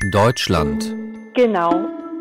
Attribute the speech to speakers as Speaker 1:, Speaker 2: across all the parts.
Speaker 1: Deutschland.
Speaker 2: Genau.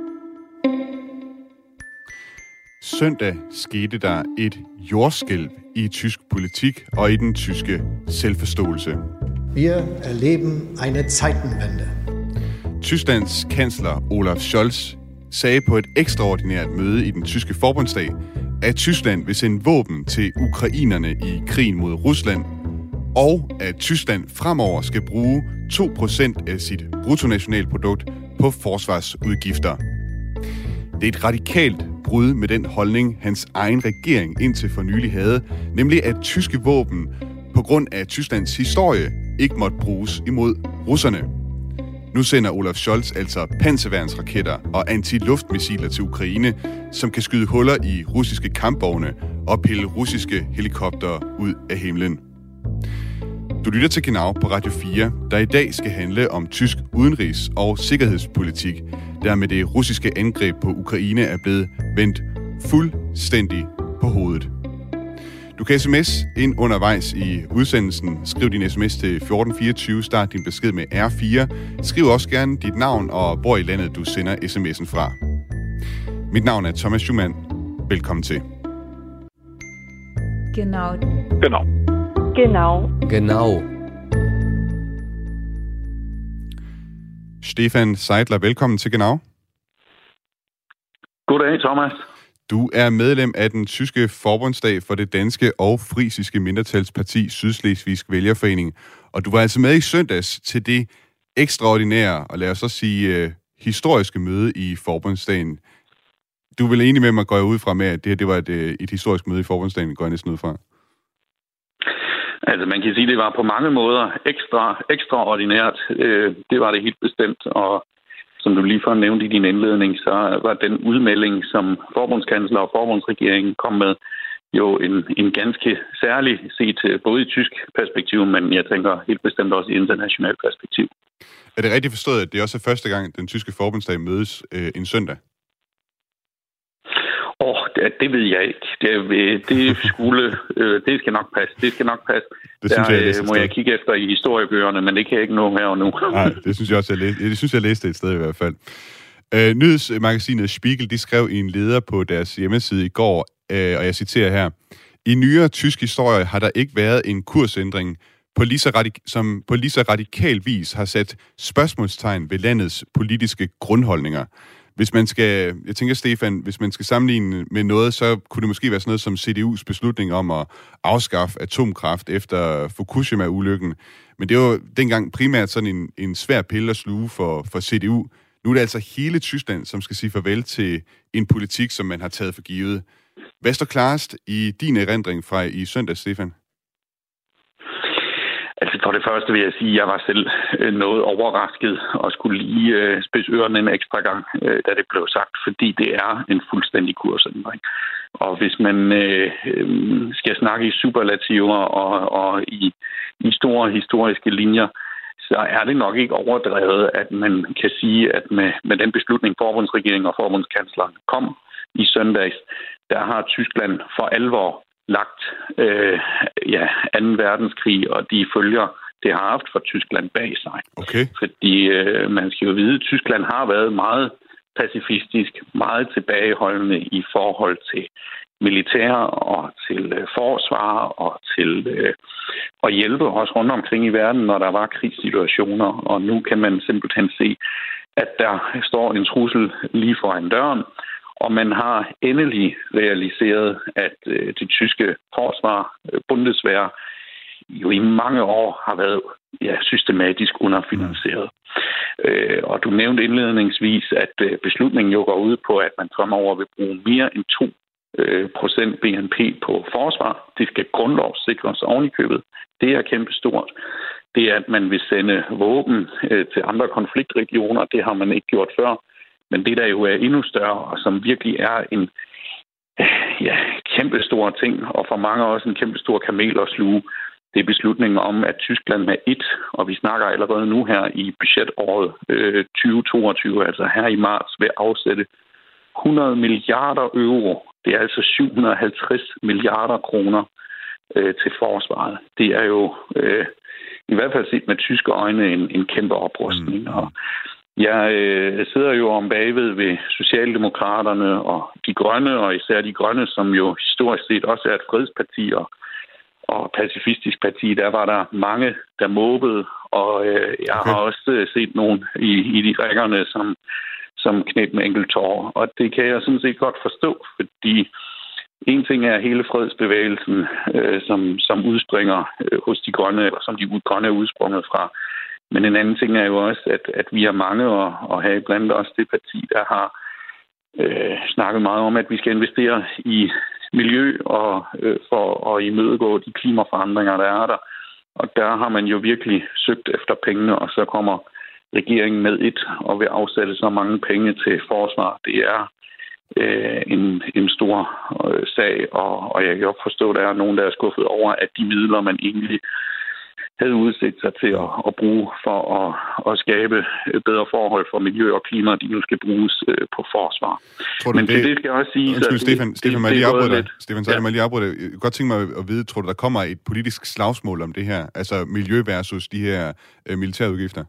Speaker 3: Søndag skete der et jordskælv i tysk politik og i den tyske selvforståelse.
Speaker 4: Wir erleben eine Zeitenwende.
Speaker 3: Tysklands kansler Olaf Scholz sagde på et ekstraordinært møde i den tyske forbundsdag, at Tyskland vil sende våben til ukrainerne i krigen mod Rusland, og at Tyskland fremover skal bruge 2% af sit bruttonationalprodukt på forsvarsudgifter. Det er et radikalt brud med den holdning, hans egen regering indtil for nylig havde, nemlig at tyske våben på grund af Tysklands historie ikke måtte bruges imod russerne. Nu sender Olaf Scholz altså panserværnsraketter og antiluftmissiler til Ukraine, som kan skyde huller i russiske kampvogne og pille russiske helikoptere ud af himlen. Du lytter til Genau på Radio 4, der i dag skal handle om tysk udenrigs- og sikkerhedspolitik, der med det russiske angreb på Ukraine er blevet vendt fuldstændig på hovedet. Du kan sms ind undervejs i udsendelsen. Skriv din sms til 1424, start din besked med R4. Skriv også gerne dit navn og hvor i landet du sender sms'en fra. Mit navn er Thomas Schumann. Velkommen til.
Speaker 2: Genau.
Speaker 5: Genau.
Speaker 2: Genau.
Speaker 1: Genau.
Speaker 3: Stefan Seidler, velkommen til Genau.
Speaker 5: Goddag, Thomas.
Speaker 3: Du er medlem af den tyske forbundsdag for det danske og frisiske mindretalsparti Sydslesvigsk Vælgerforening. Og du var altså med i søndags til det ekstraordinære, og lad os så sige historiske møde i forbundsdagen. Du er vel enig med mig, går jeg ud fra med, at det var et historisk møde i forbundsdagen, går jeg næsten ud fra?
Speaker 5: Altså, man kan sige, at det var på mange måder ekstraordinært. Det var det helt bestemt, og som du lige før nævnte i din indledning, så var den udmelding, som forbundskansler og forbundsregeringen kom med, jo en ganske særlig set både i tysk perspektiv, men jeg tænker helt bestemt også i internationalt perspektiv.
Speaker 3: Er det rigtigt forstået, at det også er første gang, den tyske forbundsdag mødes en søndag?
Speaker 5: Det ved jeg ikke. Det skal nok passe. Det skal nok passe.
Speaker 3: Det synes jeg
Speaker 5: må jeg kigge efter i historiebøgerne, men det kan jeg ikke nå her og nu.
Speaker 3: Nej, det synes jeg også, jeg læste et sted i hvert fald. Nyhedsmagasinet Spiegel, de skrev i en leder på deres hjemmeside i går, og jeg citerer her: "I nyere tysk historie har der ikke været en kursændring, som på lige så radikal vis har sat spørgsmålstegn ved landets politiske grundholdninger." Hvis man skal, jeg tænker, Stefan, hvis man skal sammenligne med noget, så kunne det måske være sådan noget som CDU's beslutning om at afskaffe atomkraft efter Fukushima-ulykken. Men det var jo dengang primært sådan en svær pille at sluge for CDU. Nu er det altså hele Tyskland, som skal sige farvel til en politik, som man har taget for givet. Hvad står klarest i din erindring fra i søndag, Stefan?
Speaker 5: Altså for det første vil jeg sige, at jeg var selv noget overrasket og skulle lige spidse ørerne en ekstra gang, da det blev sagt, fordi det er en fuldstændig kursændring. Og hvis man skal snakke i superlativer og i store historiske linjer, så er det nok ikke overdrevet, at man kan sige, at med den beslutning, forbundsregeringen og forbundskansleren kom i søndags, der har Tyskland for alvor lagt 2. verdenskrig og de følger, det har haft for Tyskland bag sig.
Speaker 3: Okay.
Speaker 5: Fordi man skal jo vide, at Tyskland har været meget pacifistisk, meget tilbageholdende i forhold til militær og til forsvar og til at hjælpe os rundt omkring i verden, når der var krigssituationer. Og nu kan man simpelthen se, at der står en trussel lige foran døren, og man har endelig realiseret, at det tyske forsvar, Bundeswehr, jo i mange år har været systematisk underfinansieret. Og du nævnte indledningsvis, at beslutningen jo går ud på, at man fremover vil bruge mere end 2% BNP på forsvar. Det skal grundlovssikres oven i købet. Det er kæmpestort. Det er, at man vil sende våben til andre konfliktregioner. Det har man ikke gjort før. Men det, der jo er endnu større, og som virkelig er en kæmpestor ting, og for mange også en kæmpestor kamel at sluge, det er beslutningen om, at Tyskland med og vi snakker allerede nu her i budgetåret 2022, altså her i marts, vil afsætte 100 milliarder euro. Det er altså 750 milliarder kroner til forsvaret. Det er jo i hvert fald set med tyske øjne en kæmpe oprustning. Og Jeg sidder jo om bagved ved Socialdemokraterne og de grønne, og især de grønne, som jo historisk set også er et fredsparti og pacifistisk parti. Der var der mange, der måbede, og jeg har også set nogen i de rækkerne, som knæb med enkelt tårer. Og det kan jeg sådan set godt forstå, fordi en ting er hele fredsbevægelsen, som udspringer hos de grønne, eller som de grønne er udsprunget fra. Men en anden ting er jo også, at vi er mange, og her blandt også det parti, der har snakket meget om, at vi skal investere i miljø og for at imødegå de klimaforandringer, der er der. Og der har man jo virkelig søgt efter pengene, og så kommer regeringen med og vil afsætte så mange penge til forsvar. Det er en stor sag, og jeg kan også forstå, at der er nogen, der er skuffet over, at de midler, man egentlig havde udsigt sig til at bruge for at skabe bedre forhold for miljø og klima, de nu skal bruges på forsvar. Men til det skal jeg også sige...
Speaker 3: Stefan, så jeg lige afbryde dig. Jeg kan godt tænke mig at vide, tror du, der kommer et politisk slagsmål om det her? Altså miljø versus de her militærudgifter?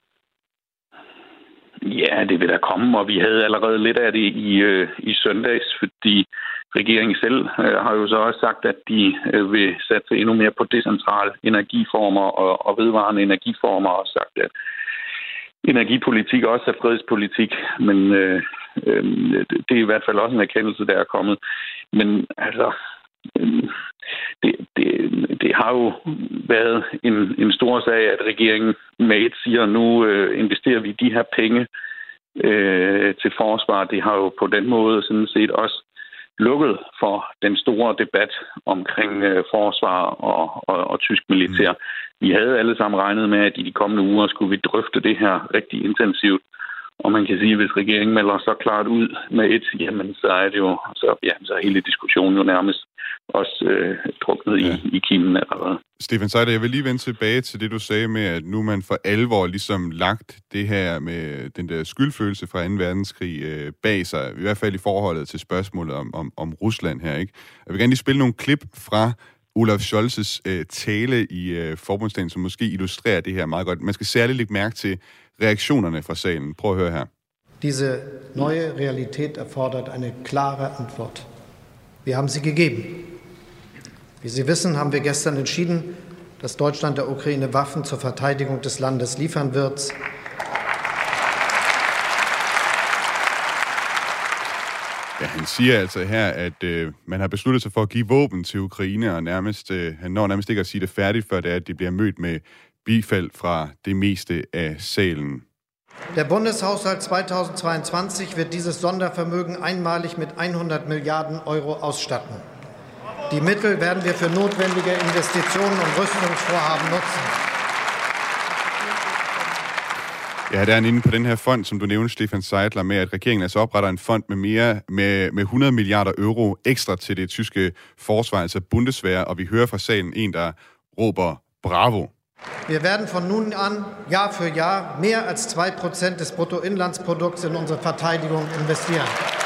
Speaker 5: Ja, det vil der komme, og vi havde allerede lidt af det i søndags, fordi regeringen selv har jo så også sagt, at de vil satse endnu mere på decentrale energiformer og vedvarende energiformer, og sagt, at energipolitik også er fredspolitik, men det er i hvert fald også en erkendelse, der er kommet. Men altså... Det har jo været en stor sag, at regeringen med siger, nu investerer vi de her penge til forsvar. Det har jo på den måde sådan set også lukket for den store debat omkring forsvar og tysk militær. Vi havde alle sammen regnet med, at i de kommende uger skulle vi drøfte det her rigtig intensivt. Og man kan sige, at hvis regeringen melder så klart ud med jamen så er det jo, så er hele diskussionen jo nærmest også druknet i kimen allerede.
Speaker 3: Stefan Seidler, jeg vil lige vende tilbage til det, du sagde med, at nu man for alvor ligesom lagt det her med den der skyldfølelse fra 2. verdenskrig bag sig, i hvert fald i forholdet til spørgsmålet om Rusland her, ikke? Jeg vil gerne lige spille nogle klip fra Olaf Scholz' tale i forbundsdagen, som måske illustrerer det her meget godt. Man skal særligt lægge mærke til reaktionerne fra salen. Prøv at høre her.
Speaker 4: Diese neue Realität erfordert eine klare Antwort. Wir haben sie gegeben. Wie Sie wissen, haben wir gestern entschieden, dass Deutschland der Ukraine Waffen zur Verteidigung des Landes liefern wird.
Speaker 3: Ja, han siger altså her, at man har besluttet sig for at give våben til Ukraine, og han når nærmest ikke at sige det færdigt, før det er, at de bliver mødt med bifald fra det meste af salen.
Speaker 4: Der Bundeshaushalt 2022 wird dieses Sondervermögen einmalig mit 100 Milliarden Euro ausstatten. Die Mittel werden wir für notwendige Investitionen und Rüstungsvorhaben nutzen.
Speaker 3: Ja, der er inde på den her fond, som du nævnte, Stefan Seidler, med at regeringen altså opretter en fond med 100 milliarder euro ekstra til det tyske forsvar, altså Bundeswehr, og vi hører fra salen en, der råber bravo.
Speaker 4: Wir werden von nun an Jahr für Jahr mehr als 2% des Bruttoinlandsprodukts in unsere Verteidigung investieren.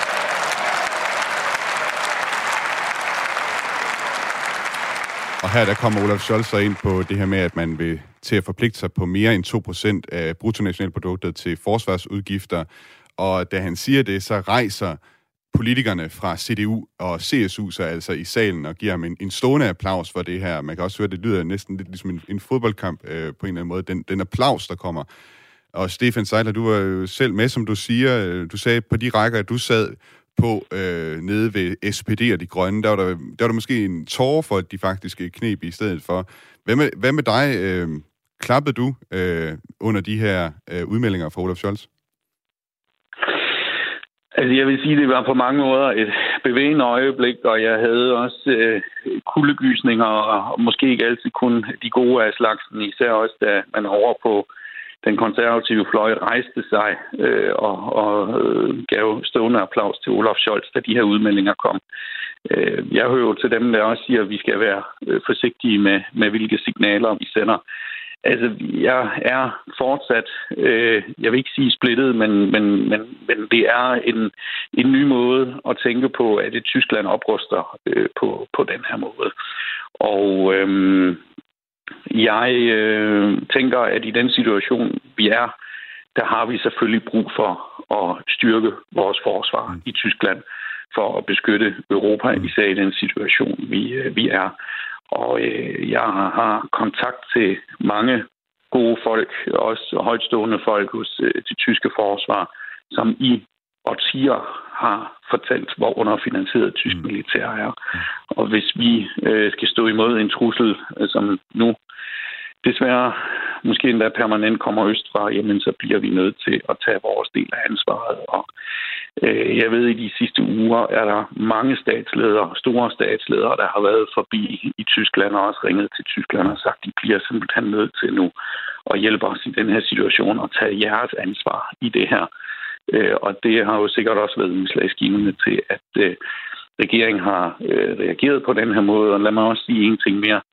Speaker 3: Og her der kommer Olaf Scholz så ind på det her med, at man vil til at forpligte sig på mere end 2% af bruttonationalproduktet til forsvarsudgifter. Og da han siger det, så rejser politikerne fra CDU og CSU sig altså i salen og giver ham en stående applaus for det her. Man kan også høre, det lyder næsten lidt ligesom en fodboldkamp på en eller anden måde. Den applaus, der kommer. Og Stefan Seidler, du var jo selv med, som du siger. Du sagde på de rækker, at du sad på nede ved SPD og de grønne. Der var der måske en tårer for, at de faktisk kneb i stedet for. Hvad med dig? Klappede du under de her udmeldinger fra Olaf Scholz?
Speaker 5: Altså, jeg vil sige, det var på mange måder et bevægende øjeblik, og jeg havde også kuldegysninger, og måske ikke altid kun de gode af slagsen, især også, da man over på den konservative fløj rejste sig og gav stående applaus til Olaf Scholz, da de her udmeldinger kom. Jeg hører jo til dem, der også siger, at vi skal være forsigtige med hvilke signaler vi sender. Altså, jeg er fortsat, jeg vil ikke sige splittet, men det er en ny måde at tænke på, at et Tyskland opruster på den her måde. Og jeg tænker, at i den situation, vi er, der har vi selvfølgelig brug for at styrke vores forsvar i Tyskland for at beskytte Europa, især i den situation, vi er. Og jeg har kontakt til mange gode folk, også højtstående folk hos det tyske forsvar, som i årtier har fortalt, hvor underfinansieret tysk militær er. Og hvis vi skal stå imod en trussel, som nu desværre måske endda permanent kommer østfra, jamen så bliver vi nødt til at tage vores del af ansvaret. Og jeg ved, i de sidste uger er der mange statsledere, store statsledere, der har været forbi i Tyskland og også ringet til Tyskland og sagt, at de bliver simpelthen nødt til nu at hjælpe os i den her situation og tage jeres ansvar i det her. Og det har jo sikkert også været udslagsgivende til, at regeringen har reageret på den her måde. Og lad mig også sige en ting mere.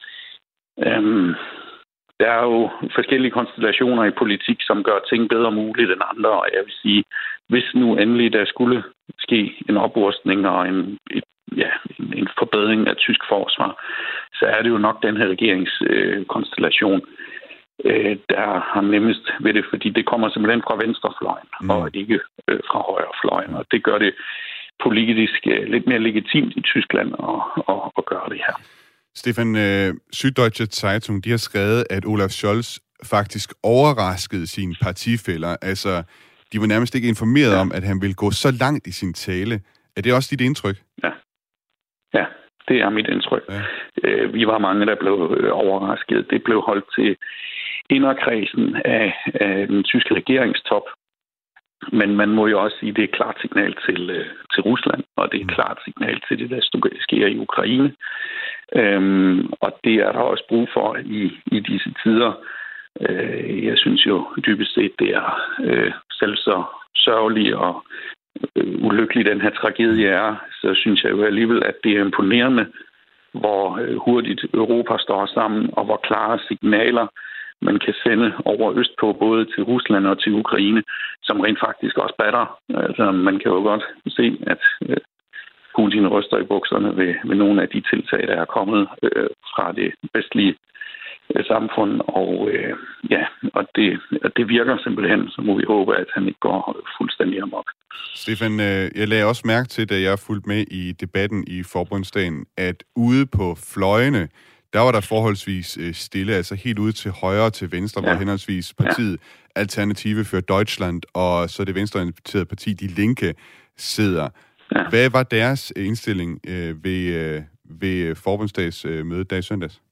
Speaker 5: Der er jo forskellige konstellationer i politik, som gør ting bedre muligt end andre. Og jeg vil sige, hvis nu endelig der skulle ske en oprustning og en forbedring af tysk forsvar, så er det jo nok den her regeringskonstellation, der har nemmest ved det, fordi det kommer simpelthen fra venstrefløjen og ikke fra højrefløjen. Og det gør det politisk lidt mere legitimt i Tyskland at gøre det her.
Speaker 3: Stefan, Süddeutsche Zeitung, de har skrevet, at Olaf Scholz faktisk overraskede sine partifæller. Altså, de var nærmest ikke informeret om, at han ville gå så langt i sin tale. Er det også dit indtryk?
Speaker 5: Ja, det er mit indtryk. Ja. Vi var mange, der blev overrasket. Det blev holdt til inderkredsen af den tyske regeringstop. Men man må jo også sige, at det er et klart signal til Rusland, og det er et klart signal til det, der sker i Ukraine. Og det er der også brug for i disse tider. Jeg synes jo dybest set, det er selv så sørgeligt og ulykkeligt, den her tragedie er. Så synes jeg jo alligevel, at det er imponerende, hvor hurtigt Europa står sammen, og hvor klare signaler man kan sende over østpå, både til Rusland og til Ukraine, som rent faktisk også batter. Altså, man kan jo godt se, at Putin ryster i bukserne ved nogle af de tiltag, der er kommet fra det vestlige samfund. Og det virker simpelthen, så må vi håbe, at han ikke går fuldstændig amok.
Speaker 3: Stefan, jeg lagde også mærke til, da jeg fulgte med i debatten i Forbundsdagen, at ude på fløjene, der var der forholdsvis stille, altså helt ude til højre og til venstre, hvor henholdsvis partiet Alternative für Deutschland og så det venstreorienterede parti Die Linke sidder. Ja. Hvad var deres indstilling ved forbundsdagsmødet dag søndags?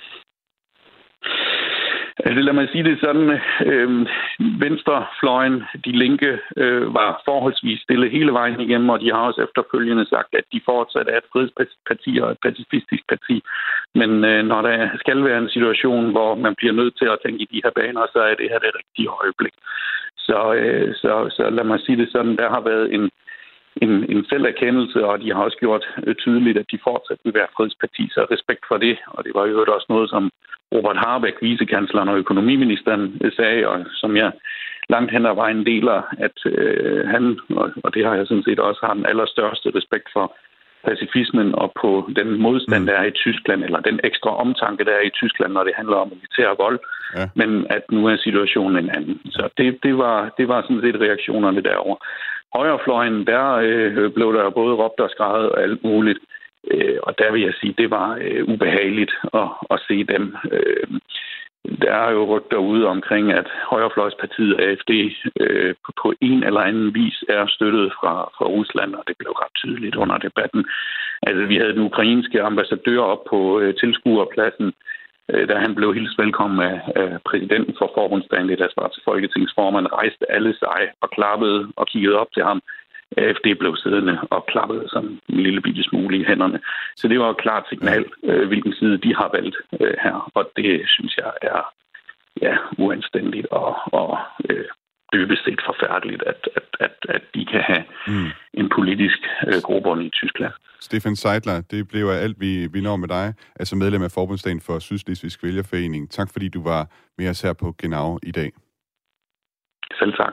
Speaker 5: Altså lad mig sige det sådan, venstrefløjen, De Linke, var forholdsvis stille hele vejen igennem, og de har også efterfølgende sagt, at de fortsat er et fredsparti og et pacifistisk parti. Men når der skal være en situation, hvor man bliver nødt til at tænke i de her baner, så er det her det rigtige øjeblik. Så lad mig sige det sådan, der har været en selverkendelse, og de har også gjort tydeligt, at de fortsat vil være fredsparti, så respekt for det. Og det var jo også noget, som Robert Habeck, vicekansleren og økonomiministeren, sagde, og som jeg langt hen ad vejen deler, at han, og det har jeg sådan set også, har den allerstørste respekt for pacifismen og på den modstand, der er i Tyskland, eller den ekstra omtanke, der er i Tyskland, når det handler om militær vold, men at nu er situationen en anden. Så det var sådan set reaktionerne derovre. Højrefløjen, der blev der både råbt og skreget og alt muligt. Og der vil jeg sige, det var ubehageligt at se dem. Der er jo rygter ude omkring, at højrefløjspartiet AfD på en eller anden vis er støttet fra Rusland, og det blev ret tydeligt under debatten. Altså, vi havde den ukrainske ambassadør op på tilskuerpladsen, da han blev hilst velkommen af præsidenten for forbundsdagen, der svarede til folketingsformand, rejste alle sig og klappede og kiggede op til ham. AfD blev siddende og klappede sådan en lille bitte smule i hænderne. Så det var et klart signal, hvilken side de har valgt her. Og det synes jeg er uanstændigt og dybest set forfærdeligt, at de kan have en politisk grobund i Tyskland.
Speaker 3: Stefan Seidler, det blev alt, vi når med dig, altså medlem af Forbundsdagen for Sydslesvigsk Vælgerforening. Tak fordi du var med os her på Genau i dag.
Speaker 5: Selv tak.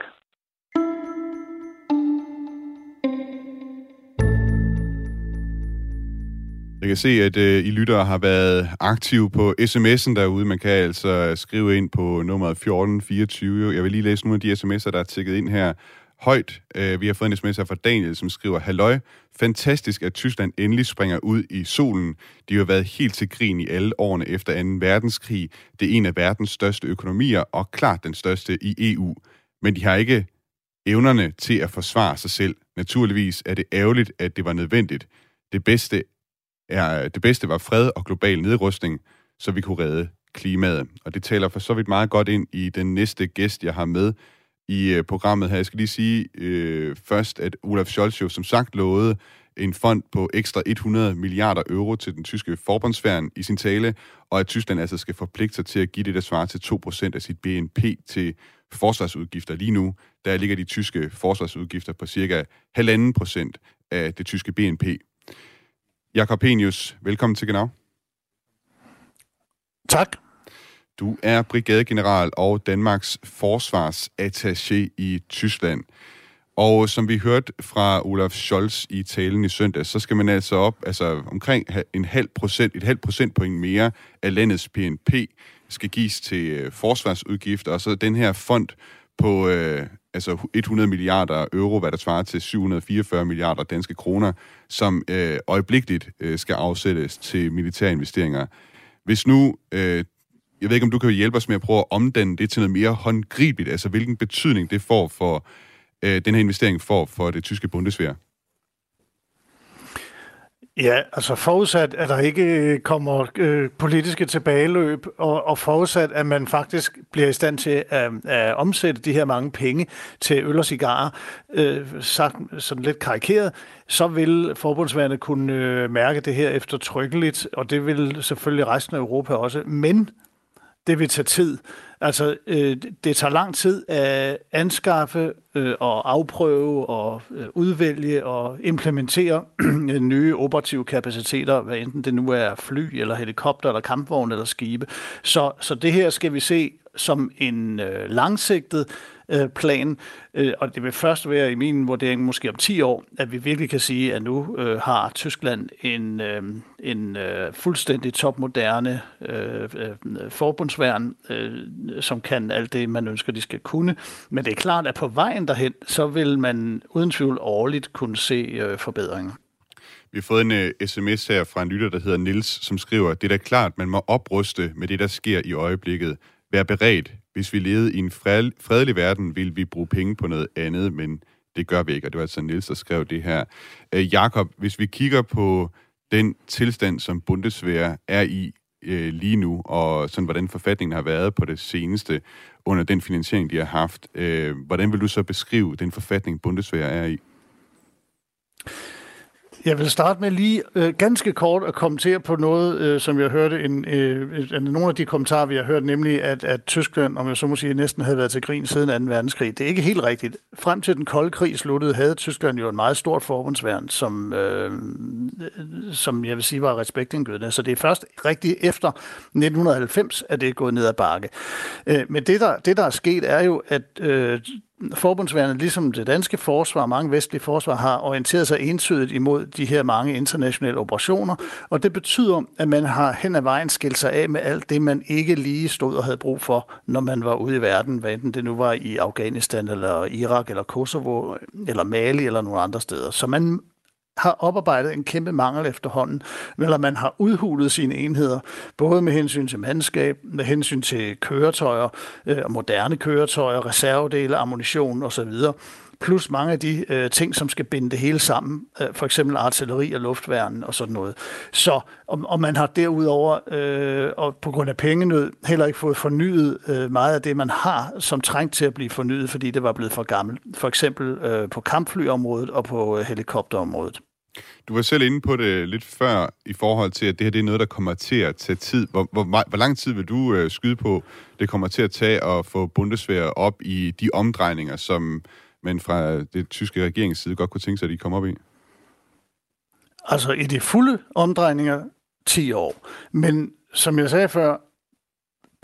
Speaker 3: Jeg kan se, at I lyttere har været aktive på sms'en derude. Man kan altså skrive ind på nummeret 1424. Jeg vil lige læse nogle af de sms'er, der er tikket ind her højt. Vi har fået en sms her fra Daniel, som skriver: Halløj, fantastisk, at Tyskland endelig springer ud i solen. De har været helt til grin i alle årene efter 2. verdenskrig. Det er en af verdens største økonomier, og klart den største i EU. Men de har ikke evnerne til at forsvare sig selv. Naturligvis er det ærgerligt, at det var nødvendigt. Det bedste var fred og global nedrustning, så vi kunne redde klimaet. Og det taler for så vidt meget godt ind i den næste gæst, jeg har med i programmet her. Jeg skal lige sige først, at Olaf Scholz jo som sagt lovede en fond på ekstra 100 milliarder euro til den tyske forbundsværen i sin tale, og at Tyskland altså skal forpligte sig til at give det, der svarer til 2% af sit BNP til forsvarsudgifter. Lige nu, der ligger de tyske forsvarsudgifter på cirka 1,5% af det tyske BNP. Jakob Henius, velkommen til Genau.
Speaker 1: Tak.
Speaker 3: Du er brigadegeneral og Danmarks forsvarsattaché i Tyskland. Og som vi hørte fra Olaf Scholz i talen i søndag, så skal man altså op omkring et halvt procentpoint mere af landets BNP skal gives til forsvarsudgifter, og så den her fond på 100 milliarder euro, hvad der svarer til 744 milliarder danske kroner, som øjeblikkeligt skal afsættes til militære investeringer. Hvis nu, jeg ved ikke, om du kan hjælpe os med at prøve at omdanne det til noget mere håndgribeligt, altså hvilken betydning det får for den her investering for det tyske Bundeswehr?
Speaker 1: Ja, altså forudsat, at der ikke kommer politiske tilbageløb, og forudsat, at man faktisk bliver i stand til at omsætte de her mange penge til øl og cigarer, sagt sådan lidt karikeret, så vil forbundsværnet kunne mærke det her eftertrykkeligt, og det vil selvfølgelig resten af Europa også, men det vil tage tid. Altså, det tager lang tid at anskaffe og afprøve og udvælge og implementere nye operative kapaciteter, hvad enten det nu er fly eller helikopter eller kampvogn eller skibe. Så det her skal vi se som en langsigtet plan, og det vil først være i min vurdering måske om 10 år, at vi virkelig kan sige, at nu har Tyskland en fuldstændig topmoderne forbundsværn, som kan alt det, man ønsker, de skal kunne. Men det er klart, at på vejen derhen, så vil man uden tvivl årligt kunne se forbedringer.
Speaker 3: Vi har fået en sms her fra en lytter, der hedder Niels, som skriver: Det er da klart, man må opruste med det, der sker i øjeblikket. Vær beredt. Hvis vi levede i en fredelig verden, ville vi bruge penge på noget andet, men det gør vi ikke. Og det var altså Niels, der skrev det her. Jakob, hvis vi kigger på den tilstand, som Bundeswehr er i lige nu, og sådan, hvordan forfatningen har været på det seneste under den finansiering, de har haft, hvordan vil du så beskrive den forfatning, Bundeswehr er i?
Speaker 1: Jeg vil starte med lige ganske kort at kommentere på noget, som jeg hørte, nogle af de kommentarer, vi har hørt, nemlig at Tyskland, om jeg så må sige, næsten havde været til grin siden 2. verdenskrig. Det er ikke helt rigtigt. Frem til den kolde krig sluttede, havde Tyskland jo en meget stort forbundsværn, som jeg vil sige var respektindgydende. Så det er først rigtig efter 1990, at det er gået ned ad bakke. Men det, der er sket, er jo, at forbundsværnet, ligesom det danske forsvar, mange vestlige forsvar, har orienteret sig entydigt imod de her mange internationale operationer, og det betyder, at man har hen ad vejen skilt sig af med alt det, man ikke lige stod og havde brug for, når man var ude i verden, hvad enten det nu var i Afghanistan, eller Irak, eller Kosovo, eller Mali, eller nogle andre steder. Så man har oparbejdet en kæmpe mangel efterhånden, eller man har udhulet sine enheder, både med hensyn til mandskab, med hensyn til køretøjer, moderne køretøjer, reservedele, ammunition osv., plus mange af de ting, som skal binde det hele sammen, for eksempel artilleri og luftværn og sådan noget. Så, og man har derudover, og på grund af pengenød, heller ikke fået fornyet meget af det, man har, som trængt til at blive fornyet, fordi det var blevet for gammelt. For eksempel på kampflyområdet og på helikopterområdet.
Speaker 3: Du var selv inde på det lidt før i forhold til, at det her det er noget, der kommer til at tage tid. Hvor lang tid vil du skyde på, det kommer til at tage at få Bundeswehr op i de omdrejninger, som man fra det tyske regerings side godt kunne tænke sig, at de kommer op i?
Speaker 1: Altså i de fulde omdrejninger 10 år. Men som jeg sagde før,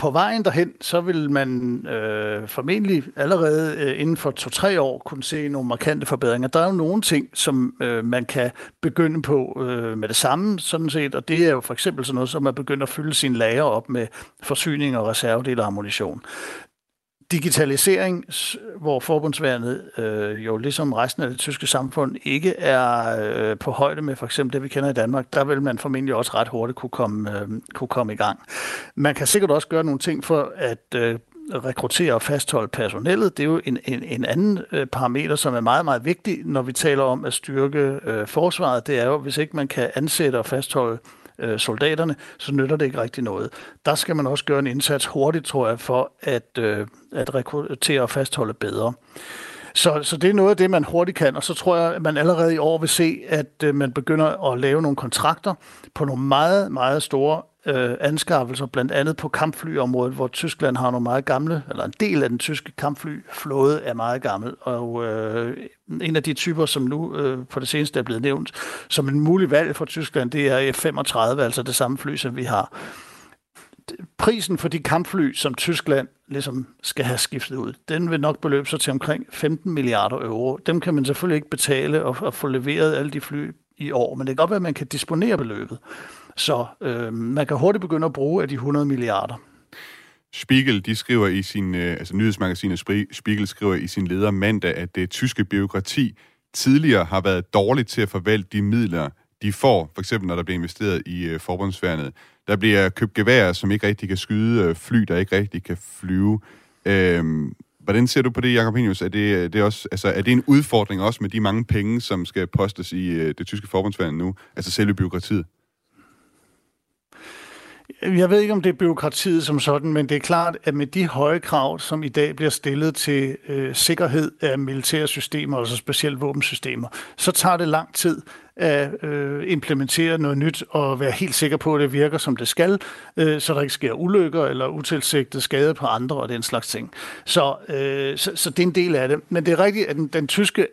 Speaker 1: på vejen derhen, så vil man formentlig allerede inden for 2-3 år kunne se nogle markante forbedringer. Der er jo nogle ting, som man kan begynde på med det samme, sådan set, og det er jo for eksempel sådan noget, som at begynde at fylde sine lager op med forsyning og reservedele og ammunition. Digitalisering, hvor forbundsværnet jo ligesom resten af det tyske samfund ikke er på højde med for eksempel det, vi kender i Danmark, der vil man formentlig også ret hurtigt kunne komme i gang. Man kan sikkert også gøre nogle ting for at rekruttere og fastholde personellet. Det er jo en anden parameter, som er meget, meget vigtig, når vi taler om at styrke forsvaret. Det er jo, hvis ikke man kan ansætte og fastholde soldaterne, så nytter det ikke rigtig noget. Der skal man også gøre en indsats hurtigt, tror jeg, for at rekruttere og fastholde bedre. Så det er noget af det, man hurtigt kan, og så tror jeg, at man allerede i år vil se, at man begynder at lave nogle kontrakter på nogle meget, meget store anskaffelser, blandt andet på kampflyområdet, hvor Tyskland har nogle meget gamle, eller en del af den tyske kampflyflåde er meget gammel, og en af de typer, som nu på det seneste er blevet nævnt som en mulig valg for Tyskland, det er F-35, altså det samme fly, som vi har. Prisen for de kampfly, som Tyskland ligesom skal have skiftet ud, den vil nok beløbe sig til omkring 15 milliarder euro. Dem kan man selvfølgelig ikke betale og få leveret alle de fly i år, men det kan godt være, at man kan disponere beløbet. Så man kan hurtigt begynde at bruge af de 100 milliarder.
Speaker 3: Spiegel, de skriver i sin, nyhedsmagasinet Spiegel skriver i sin leder mandag, at det tyske bureaukrati tidligere har været dårligt til at forvalte de midler, de får, for eksempel når der bliver investeret i forbundsværnet. Der bliver købt geværer, som ikke rigtig kan skyde, fly, der ikke rigtig kan flyve. Hvordan ser du på det, Jakob Henius? Er det en udfordring også med de mange penge, som skal postes i det tyske forbundsværn nu? Altså selve bureaukratiet?
Speaker 1: Jeg ved ikke, om det er bureaukratiet som sådan, men det er klart, at med de høje krav, som i dag bliver stillet til sikkerhed af militære systemer, altså specielt våbensystemer, så tager det lang tid at implementere noget nyt og være helt sikker på, at det virker, som det skal, så der ikke sker ulykker eller utilsigtet skade på andre og den slags ting. Så det er en del af det. Men det er rigtigt, at den tyske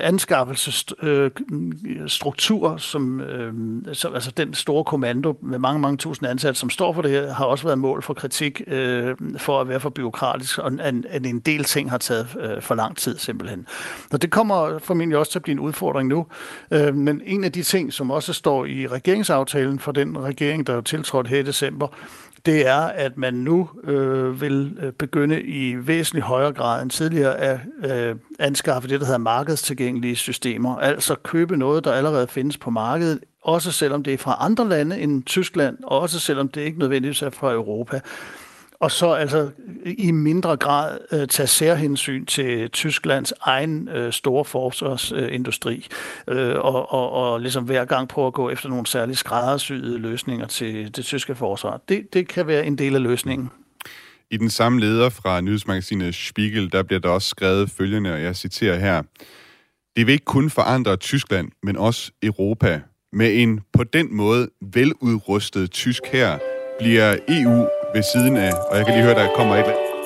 Speaker 1: anskaffelsesstruktur, altså den store kommando med mange, mange tusind ansatte, som står for det her, har også været mål for kritik for at være for bureaukratisk, og at en del ting har taget for lang tid simpelthen. Og det kommer formentlig også til at blive en udfordring nu. Men en af de ting, som også står i regeringsaftalen for den regering, der er tiltrådt her i december, det er, at man nu vil begynde i væsentligt højere grad end tidligere at anskaffe det, der hedder markedstilgængelige systemer. Altså købe noget, der allerede findes på markedet, også selvom det er fra andre lande end Tyskland, og også selvom det ikke nødvendigvis er fra Europa. Og så altså i mindre grad tage særhensyn til Tysklands egen store forsvarsindustri, og ligesom hver gang prøve at gå efter nogle særligt skræddersyede løsninger til det tyske forsvar. Det kan være en del af løsningen.
Speaker 3: I den samme leder fra nyhedsmagasinet Spiegel, der bliver der også skrevet følgende, og jeg citerer her: "Det vil ikke kun forandre Tyskland, men også Europa. Med en på den måde veludrustet tysk hær bliver EU ved siden af..." Og jeg kan lige høre, der kommer et...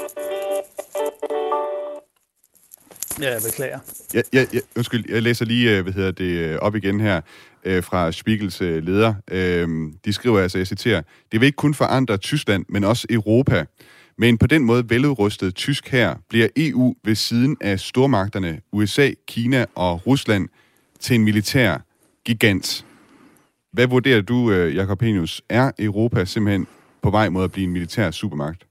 Speaker 1: Ja, jeg beklager.
Speaker 3: Undskyld, jeg læser lige, op igen her fra Spiegels leder. De skriver altså, jeg citerer: "Det vil ikke kun forandre Tyskland, men også Europa. Med en på den måde veludrustet tysk hær bliver EU ved siden af stormagterne USA, Kina og Rusland til en militær gigant." Hvad vurderer du, Jakob Henius? Er Europa simpelthen på vej mod at blive en militær supermagt?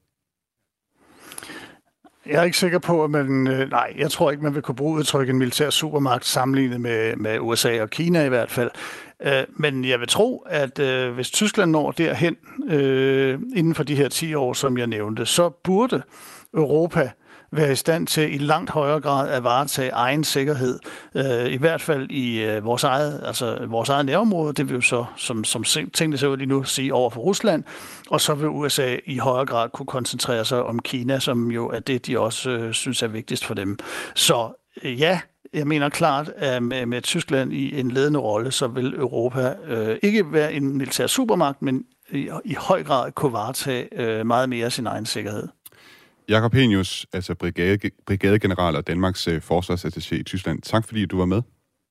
Speaker 1: Jeg er ikke sikker på, at jeg tror ikke, man vil kunne bruge udtrykket en militær supermagt sammenlignet med USA og Kina i hvert fald. Men jeg vil tro, at hvis Tyskland når derhen inden for de her 10 år, som jeg nævnte, så burde Europa være i stand til i langt højere grad at varetage egen sikkerhed, i hvert fald i vores eget nærområde. Det vil jo så, som tingene ser ud lige nu, sige over for Rusland, og så vil USA i højere grad kunne koncentrere sig om Kina, som jo er det, de også synes er vigtigst for dem. Så ja, jeg mener klart, at med Tyskland i en ledende rolle, så vil Europa ikke være en militær supermagt, men i høj grad kunne varetage meget mere af sin egen sikkerhed.
Speaker 3: Jakob Henius, altså brigadegeneral og Danmarks forsvarsattaché i Tyskland. Tak fordi du var med.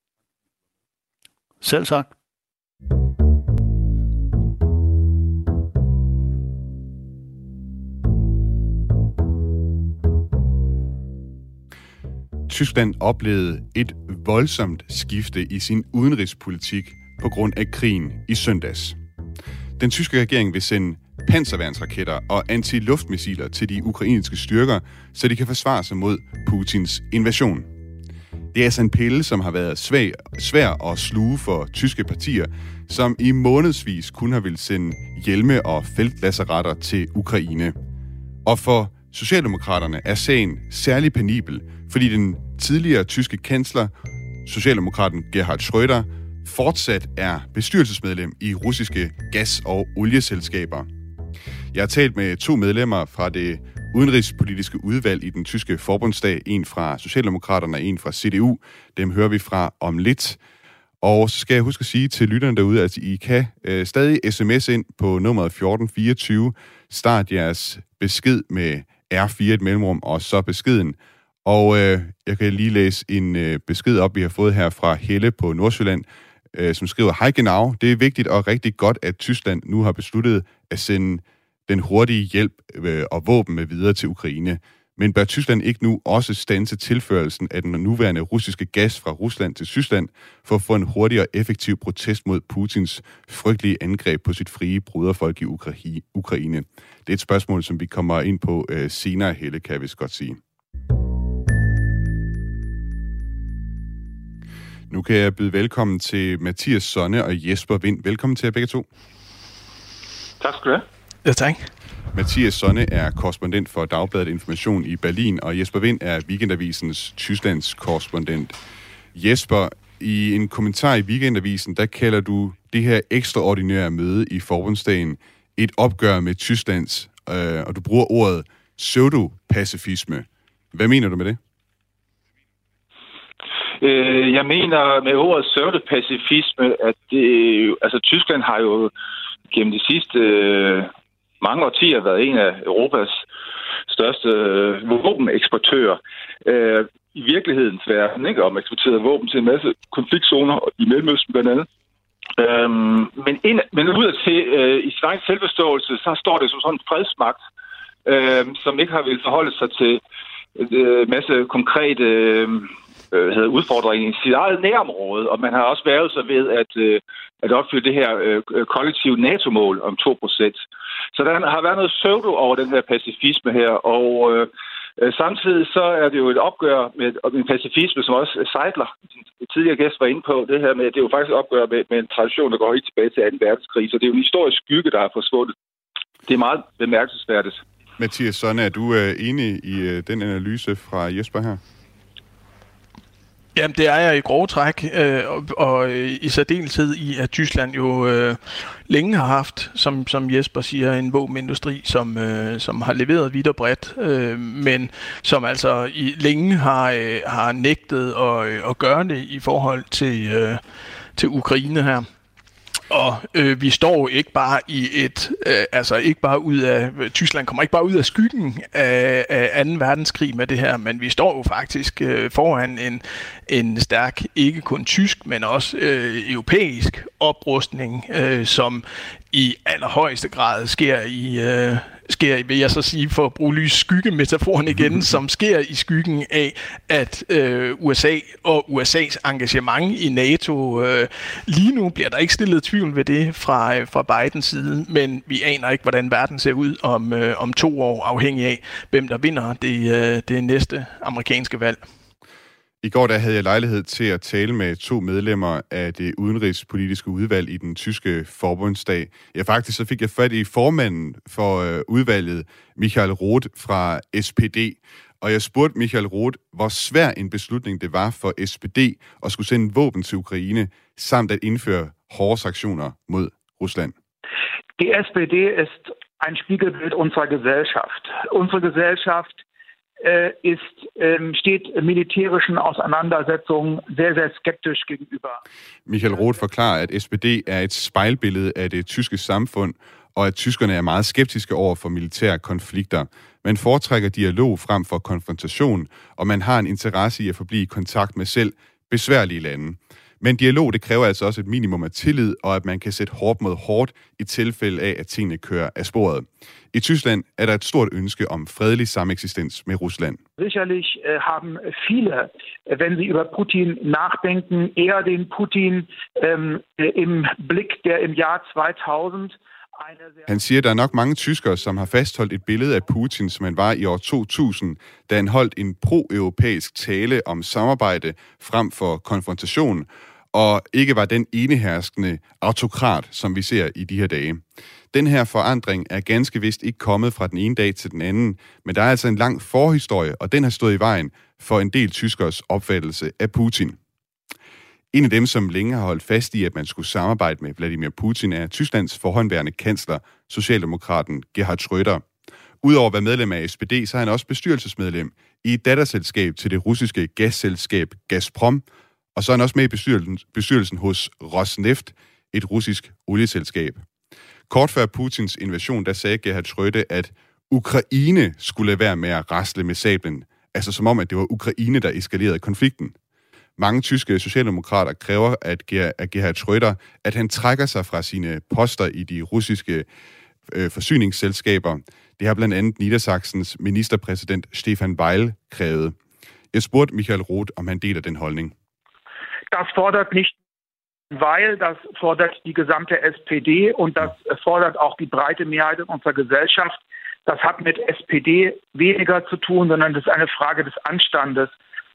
Speaker 1: Selv tak.
Speaker 3: Tyskland oplevet et voldsomt skifte i sin udenrigspolitik på grund af krigen i søndags. Den tyske regering vil sende panserværnsraketter og antiluftmissiler til de ukrainske styrker, så de kan forsvare sig mod Putins invasion. Det er altså en pille, som har været svær at sluge for tyske partier, som i månedsvis kun har ville sende hjelme og feltlasseretter til Ukraine. Og for Socialdemokraterne er sagen særlig penibel, fordi den tidligere tyske kansler, socialdemokraten Gerhard Schröder, fortsat er bestyrelsesmedlem i russiske gas- og olieselskaber. Jeg har talt med 2 medlemmer fra det udenrigspolitiske udvalg i den tyske forbundsdag, en fra Socialdemokraterne og en fra CDU. Dem hører vi fra om lidt. Og så skal jeg huske at sige til lytterne derude, at I kan stadig sms ind på nummeret 1424. Start jeres besked med R4 et mellemrum, og så beskeden. Og jeg kan lige læse en besked op, vi har fået her fra Helle på Nordsjælland, som skriver: Hej genau, det er vigtigt og rigtig godt, at Tyskland nu har besluttet at sende den hurtige hjælp og våben med videre til Ukraine. Men bør Tyskland ikke nu også standse tilførelsen af den nuværende russiske gas fra Rusland til Tyskland for at få en hurtig og effektiv protest mod Putins frygtelige angreb på sit frie broderfolk i Ukraine? Det er et spørgsmål, som vi kommer ind på senere, Helle, kan jeg vist godt sige. Nu kan jeg byde velkommen til Mathias Sonne og Jesper Wind. Velkommen til jer begge to.
Speaker 5: Tak skal du have.
Speaker 2: Ja, tak.
Speaker 3: Mathias Sonne er korrespondent for Dagbladet Information i Berlin, og Jesper Wind er Weekendavisens Tysklands korrespondent. Jesper, i en kommentar i Weekendavisen, der kalder du det her ekstraordinære møde i forbundsdagen et opgør med Tysklands, og du bruger ordet pseudopacifisme. Hvad mener du med det?
Speaker 6: Jeg mener med ordet pseudopacifisme, at Tyskland har jo gennem de sidste mange årtier været en af Europas største våbeneksportører. I virkelighedens verden, ikke? Om eksporteret våben til en masse konfliktzoner i Mellemøsten blandt andet. Men ud af til i sin egen selvforståelse, så står det som sådan en fredsmagt, som ikke har vil forholde sig til en masse konkrete udfordringer i sit eget nærområde, og man har også været sig ved at opfylde det her kollektive NATO-mål om 2%. Så der har været noget pseudo over den her pacifisme her, og samtidig så er det jo et opgør med en pacifisme, som også Seidler, den tidligere gæst, var inde på, det her med, det er jo faktisk et opgør med en tradition, der går helt tilbage til 2. verdenskrig, så det er jo en historisk skygge, der er forsvundet. Det er meget bemærkelsesværdigt.
Speaker 3: Mathias Sonne, er du enig i den analyse fra Jesper her?
Speaker 2: Jamen, det er jeg i grove træk, og i særdeleshed i, at Tyskland jo længe har haft, som Jesper siger, en våbenindustri, som har leveret vidt og bredt, men som altså længe har nægtet at gøre det i forhold til Ukraine her. Og vi står ikke bare i Tyskland kommer ikke bare ud af skyggen af 2. verdenskrig med det her, men vi står jo faktisk foran en stærk, ikke kun tysk, men også europæisk oprustning, som i allerhøjeste grad sker, vil jeg så sige, for at bruge skyggemetaforen igen, som sker i skyggen af, at USA og USA's engagement i NATO, lige nu bliver der ikke stillet tvivl ved det fra Bidens side, men vi aner ikke, hvordan verden ser ud om 2 år, afhængig af, hvem der vinder det næste amerikanske valg.
Speaker 3: I går der havde jeg lejlighed til at tale med 2 medlemmer af det udenrigspolitiske udvalg i den tyske forbundsdag. Ja, faktisk så fik jeg fat i formanden for udvalget, Michael Roth fra SPD. Og jeg spurgte Michael Roth, hvor svær en beslutning det var for SPD at skulle sende våben til Ukraine, samt at indføre hårde sanktioner mod Rusland.
Speaker 7: Die SPD ist ein Spiegelbild unserer Gesellschaft. Unsere Gesellschaft steht militärischen Auseinandersetzungen sehr, sehr skeptisch gegenüber.
Speaker 3: Michael Roth forklarer, at SPD er et spejlbillede af det tyske samfund, og at tyskerne er meget skeptiske over for militære konflikter. Man foretrækker dialog frem for konfrontation, og man har en interesse i at forblive i kontakt med selv besværlige lande. Men dialog, det kræver altså også et minimum af tillid, og at man kan sætte hårdt mod hårdt i tilfælde af, at tingene kører af sporet. I Tyskland er der et stort ønske om fredelig sameksistens med Rusland.
Speaker 7: Sicherlich haben viele, wenn sie über Putin nachdenken, eher den Putin im Blick, der im Jahr 2000...
Speaker 3: Han siger, at der er nok mange tyskere, som har fastholdt et billede af Putin, som han var i år 2000, da han holdt en pro-europæisk tale om samarbejde frem for konfrontation, og ikke var den eneherskende autokrat, som vi ser i de her dage. Den her forandring er ganske vist ikke kommet fra den ene dag til den anden, men der er altså en lang forhistorie, og den har stået i vejen for en del tyskers opfattelse af Putin. En af dem, som længe har holdt fast i, at man skulle samarbejde med Vladimir Putin, er Tysklands forhåndværende kansler, socialdemokraten Gerhard Schröder. Udover at være medlem af SPD, så er han også bestyrelsesmedlem i et datterselskab til det russiske gasselskab Gazprom, og så er han også med i bestyrelsen hos Rosneft, et russisk olieselskab. Kort før Putins invasion, der sagde Gerhard Schröder, at Ukraine skulle lade være med at rasle med sablen, altså som om, at det var Ukraine, der eskalerede konflikten. Mange tyske socialdemokrater kræver at Gerhard Schröder, at han trækker sig fra sine poster i de russiske forsyningsselskaber. Det har blandt andet Niedersachsens ministerpræsident Stefan Weil krævet. Jeg spurgte Michael Roth, om han deler den holdning.
Speaker 7: Das fordert nicht Weil, das fordert die gesamte SPD und das fordert auch die breite Mehrheit in unserer Gesellschaft. Das hat mit SPD weniger zu tun, sondern das ist eine Frage des Anstandes.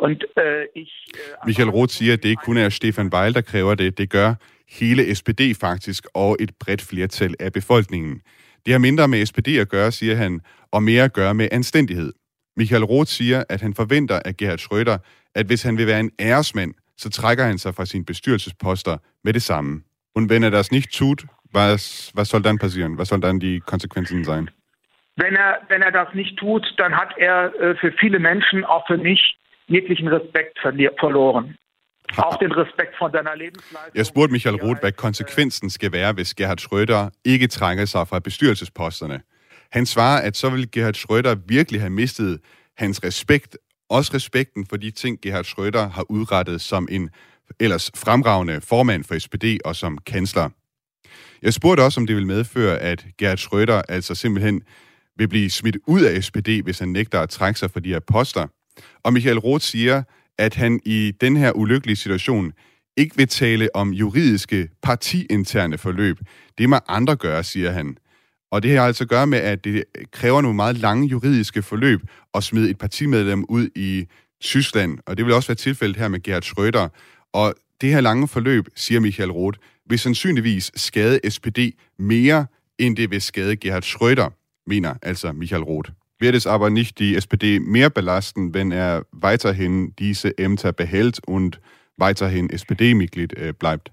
Speaker 3: Michael Roth siger, at det ikke kun er Stefan Weil, der kræver det. Det gør hele SPD faktisk, og et bredt flertal af befolkningen. Det har mindre med SPD at gøre, siger han, og mere at gøre med anstændighed. Michael Roth siger, at han forventer af Gerhard Schröder, at hvis han vil være en æresmand, så trækker han sig fra sine bestyrelsesposter med det samme. Und wenn das nicht tut, was soll dann passieren? Was soll dann die Konsequenzen sein?
Speaker 7: Wenn er das nicht tut, dann hat er für viele Menschen, auch für mich, jeglichen Respekt verloren. Auch den Respekt for seiner Lebensleistung.
Speaker 3: Jeg spurgte Michael Roth, hvad konsekvensen skal være, hvis Gerhard Schröder ikke trækker sig fra bestyrelsesposterne. Han svarer, at så vil Gerhard Schröder virkelig have mistet hans respekt, også respekten for de ting, Gerhard Schröder har udrettet som en ellers fremragende formand for SPD og som kansler. Jeg spurgte også, om det vil medføre, at Gerhard Schröder altså simpelthen vil blive smidt ud af SPD, hvis han nægter at trække sig fra de her poster. Og Michael Roth siger, at han i den her ulykkelige situation ikke vil tale om juridiske partiinterne forløb. Det må andre gøre, siger han. Og det har altså at gøre med, at det kræver nogle meget lange juridiske forløb at smide et partimedlem ud i Tyskland. Og det vil også være tilfældet her med Gerhard Schröder. Og det her lange forløb, siger Michael Roth, vil sandsynligvis skade SPD mere, end det vil skade Gerhard Schröder, mener altså Michael Roth. Wird es aber nicht die SPD mehr belasten, wenn er weiterhin diese Ämter behält und weiterhin SPD-Mitglied bleibt?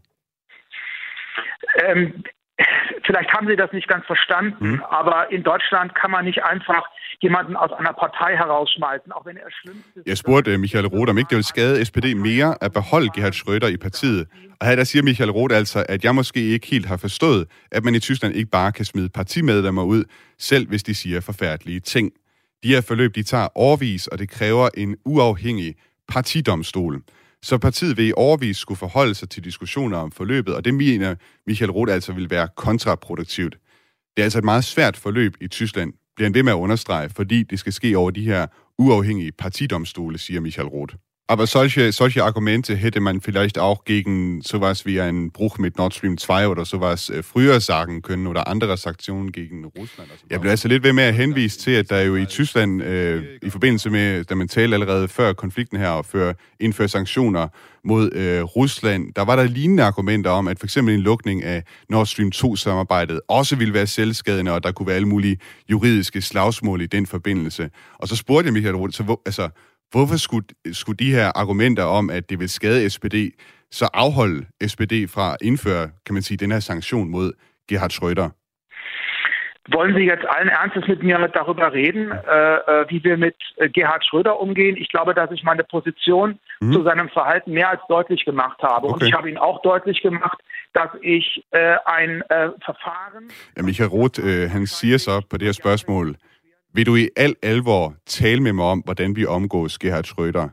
Speaker 7: Vielleicht haben Sie das nicht ganz verstanden, aber in Deutschland kann man nicht einfach jemanden aus einer Partei herausschmeißen, auch wenn er schlimmste...
Speaker 3: Jeg spurgte Michael Roth, om ikke det vil skade SPD mere at beholde Gerhard Schröder i partiet. Og her der siger Michael Roth altså, at jeg måske ikke helt har forstået, at man i Tyskland ikke bare kan smide partimedlemmer ud, selv hvis de siger forfærdelige ting. De her forløb, de tager årevis, og det kræver en uafhængig partidomstol. Så partiet vil i årevis skulle forholde sig til diskussioner om forløbet, og det mener Michael Roth altså vil være kontraproduktivt. Det er altså et meget svært forløb i Tyskland, bliver han ved med at understrege, fordi det skal ske over de her uafhængige partidomstole, siger Michael Roth. Aber solche Argumente hätte man vielleicht auch gegen sowas wie einen Bruch mit Nord Stream 2 oder sowas früher sagen können, oder andere Sanktionen gegen Rusland. Jeg bliver altså lidt ved med at henvise til, at der jo i Tyskland, i forbindelse med, da man talte allerede før konflikten her, og indføre sanktioner mod Rusland, der var der lignende argumenter om, at for eksempel en lukning af Nord Stream 2-samarbejdet også ville være selvskadende, og der kunne være alle mulige juridiske slagsmål i den forbindelse. Og så spurgte jeg Michael Roth, hvorfor skulle de her argumenter om, at det vil skade SPD, så afholde SPD fra at indføre, kan man sige, den her sanktion mod Gerhard Schröder?
Speaker 7: Wollen Sie jetzt allen Ernstes mit mir darüber reden, wie wir mit Gerhard Schröder umgehen? Ich glaube, dass ich meine Position zu seinem Verhalten mehr als deutlich gemacht habe. Okay. Und ich habe ihn auch deutlich gemacht, dass ich ein Verfahren...
Speaker 3: Ja, Michael Roth, han siger så på det her spørgsmål, vil du i al alvor tale med mig om, hvordan vi omgås Gerhard Schröder?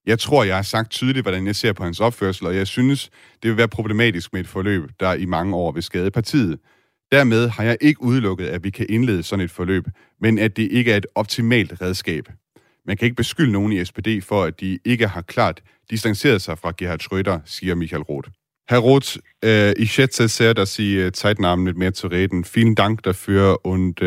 Speaker 3: Jeg tror, jeg har sagt tydeligt, hvordan jeg ser på hans opførsel, og jeg synes, det vil være problematisk med et forløb, der i mange år vil skade partiet. Dermed har jeg ikke udelukket, at vi kan indlede sådan et forløb, men at det ikke er et optimalt redskab. Man kan ikke beskylde nogen i SPD for, at de ikke har klart distanceret sig fra Gerhard Schröder, siger Michael Roth. Herr Roth, ich schätze sehr, dass Sie Zeit nahmen, mit mir zu reden. Vielen Dank dafür und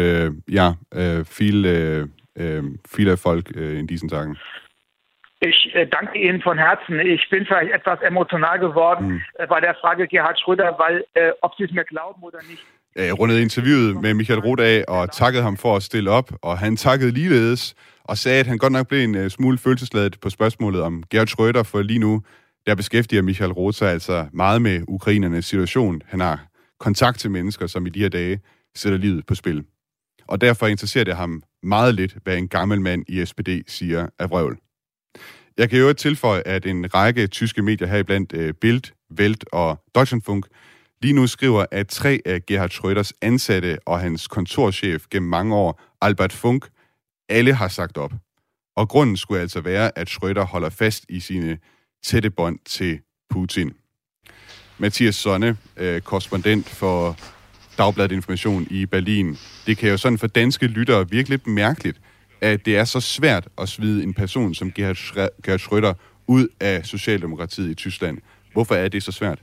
Speaker 3: viel Erfolg in diesen Tagen.
Speaker 7: Ich danke Ihnen von Herzen. Ich bin vielleicht etwas emotional geworden bei der Frage Gerhard Schröder, weil, ob Sie es mir glauben oder nicht.
Speaker 3: Jeg rundede interviewet med Michael Roth af og takkede ham for at stille op, og han takkede ligeledes og sagde, at han godt nok blev en smule følelsesladet på spørgsmålet om Gerhard Schröder, for lige nu der beskæftiger Michael Roth sig altså meget med ukrainernes situation. Han har kontakt til mennesker, som i de her dage sætter livet på spil. Og derfor interesserer det ham meget lidt, hvad en gammel mand i SPD siger af vrøvl. Jeg kan jo tilføje, at en række tyske medier heriblandt Bild, Welt og Deutschlandfunk lige nu skriver, at 3 af Gerhard Schröders ansatte og hans kontorchef gennem mange år, Albert Funk, alle har sagt op. Og grunden skulle altså være, at Schröder holder fast i sine tætte bånd til Putin. Mathias Sonne, korrespondent for Dagbladet Information i Berlin. Det kan jo sådan for danske lyttere virkelig lidt mærkeligt, at det er så svært at smide en person som Gerhard Schröder ud af Socialdemokratiet i Tyskland. Hvorfor er det så svært?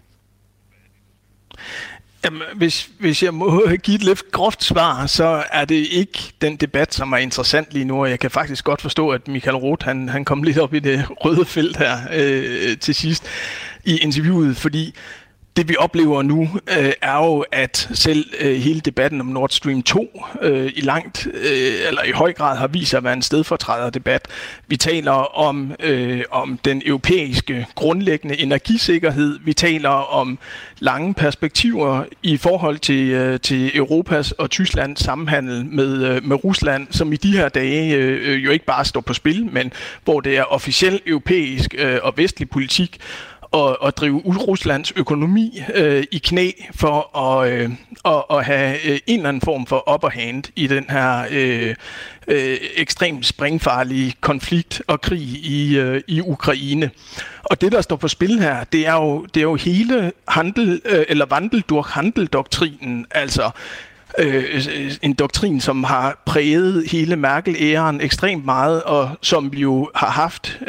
Speaker 2: Jamen, hvis jeg må give et lidt groft svar, så er det ikke den debat, som er interessant lige nu, og jeg kan faktisk godt forstå, at Michael Roth, han kom lidt op i det røde felt her til sidst i interviewet, fordi det vi oplever nu er jo, at selv hele debatten om Nord Stream 2 i høj grad har vist sig at være en stedfortræderdebat. Vi taler om den europæiske grundlæggende energisikkerhed. Vi taler om lange perspektiver i forhold til Europas og Tysklands samhandel med Rusland, som i de her dage jo ikke bare står på spil, men hvor det er officiel europæisk og vestlig politik at drive Ruslands økonomi i knæ for at have en eller anden form for upper hand i den her ekstremt sprængfarlige konflikt og krig i Ukraine. Og det, der står på spil her, det er jo hele Wandel durch Handel-doktrinen, altså en doktrin, som har præget hele Merkel-æren ekstremt meget, og som vi jo har haft,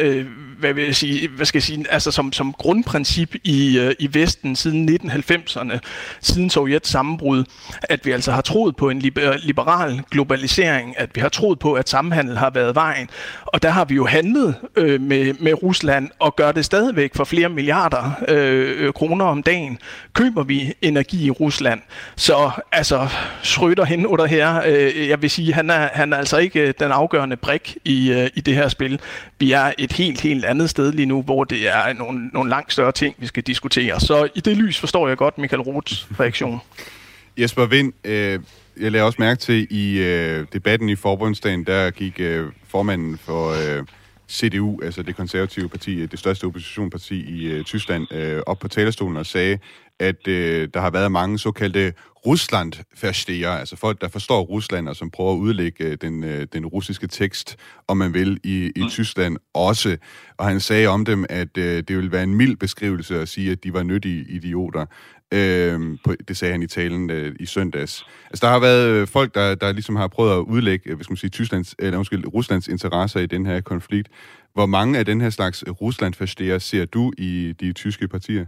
Speaker 2: som grundprincip i Vesten siden 1990'erne, siden Sovjets sammenbrud, at vi altså har troet på en liberal globalisering, at vi har troet på, at samhandel har været vejen. Og der har vi jo handlet med Rusland, og gør det stadigvæk for flere milliarder kroner om dagen. Køber vi energi i Rusland, så altså Schröder hen under her, jeg vil sige, han er altså ikke den afgørende brik i det her spil. Vi er et helt andet sted lige nu, hvor det er nogle langt større ting, vi skal diskutere. Så i det lys forstår jeg godt Michael Roths reaktion.
Speaker 3: Jesper Wind, jeg lagde også mærke til i debatten i forbundsdagen, der gik formanden for CDU, altså det konservative parti, det største oppositionsparti i Tyskland, op på talerstolen og sagde, at der har været mange såkaldte Russland-versteher, altså folk, der forstår Rusland, og som prøver at udlægge den russiske tekst, om man vil, i Tyskland også. Og han sagde om dem, at det ville være en mild beskrivelse at sige, at de var nyttige idioter. Det sagde han i talen i søndags. Altså, der har været folk, der ligesom har prøvet at udlægge, Ruslands interesser i den her konflikt. Hvor mange af den her slags Rusland-versteher ser du i de tyske partier?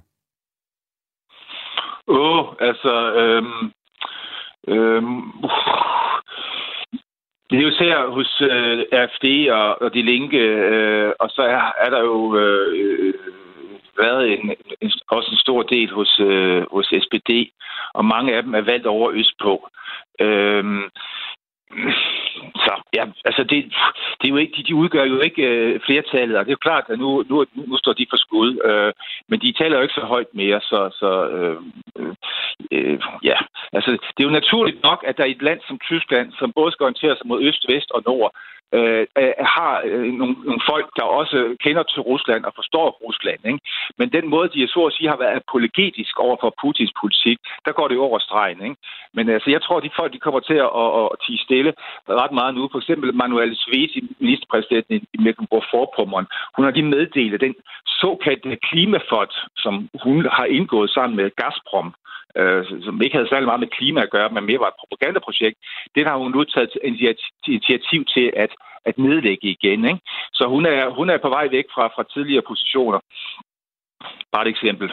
Speaker 6: Det er jo især hos AfD og De Linke, og så er der jo været også en stor del hos SPD, og mange af dem er valgt over østpå. Så ja, altså det er jo ikke, de udgør jo ikke flertallet, og det er jo klart, at nu står de for skud, men de taler jo ikke så højt mere, ja, altså det er jo naturligt nok, at der i et land som Tyskland, som både skal orientere sig mod øst, vest og nord, har nogle folk, der også kender til Rusland og forstår Rusland. Ikke? Men den måde, de så at sige har været apologetisk over for Putins politik, der går det over stregen. Ikke? Men altså, jeg tror, at de folk de kommer til at tie stille ret meget nu. For eksempel Manuel Svesi, ministerpræsidenten i Mecklenburg-Vorpommern, hun har lige meddelt den såkaldte klimafond, som hun har indgået sammen med Gazprom, som ikke havde særlig meget med klima at gøre, men mere var et propagandaprojekt. Det har hun nu taget initiativ til at nedlægge igen. Ikke? Så hun er på vej væk fra tidligere positioner. Bare et eksempel.